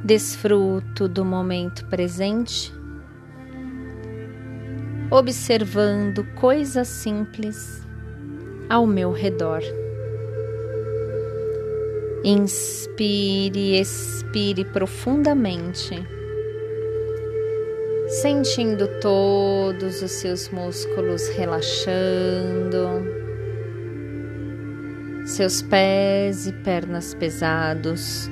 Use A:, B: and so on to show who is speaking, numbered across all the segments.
A: Desfruto do momento presente, observando coisas simples ao meu redor. Inspire e expire profundamente, sentindo todos os seus músculos relaxando, seus pés e pernas pesados,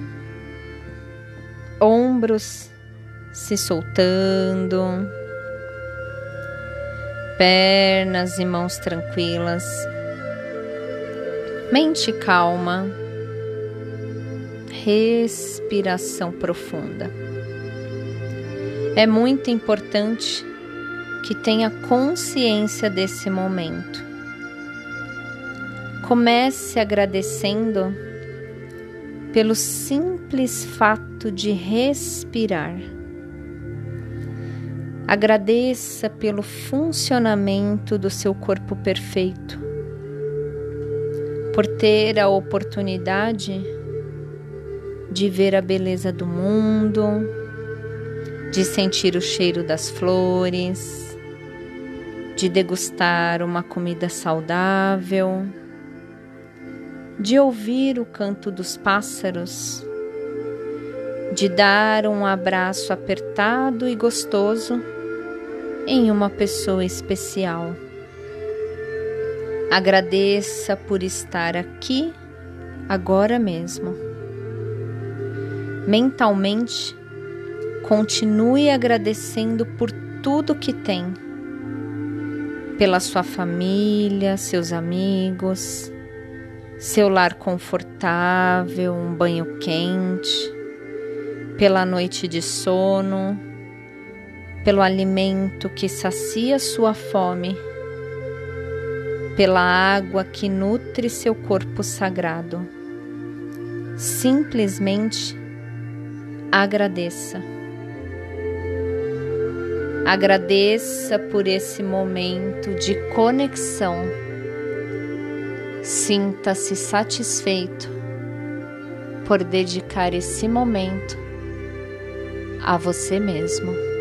A: ombros se soltando, pernas e mãos tranquilas, mente calma, respiração profunda. É muito importante que tenha consciência desse momento. Comece agradecendo pelo simples fato de respirar. Agradeça pelo funcionamento do seu corpo perfeito, por ter a oportunidade de ver a beleza do mundo, de sentir o cheiro das flores, de degustar uma comida saudável, de ouvir o canto dos pássaros, de dar um abraço apertado e gostoso em uma pessoa especial. Agradeça por estar aqui, agora mesmo. Mentalmente, continue agradecendo por tudo que tem, pela sua família, seus amigos, seu lar confortável, um banho quente, pela noite de sono, pelo alimento que sacia sua fome, pela água que nutre seu corpo sagrado. Simplesmente agradeça. Agradeça por esse momento de conexão. Sinta-se satisfeito por dedicar esse momento a você mesmo.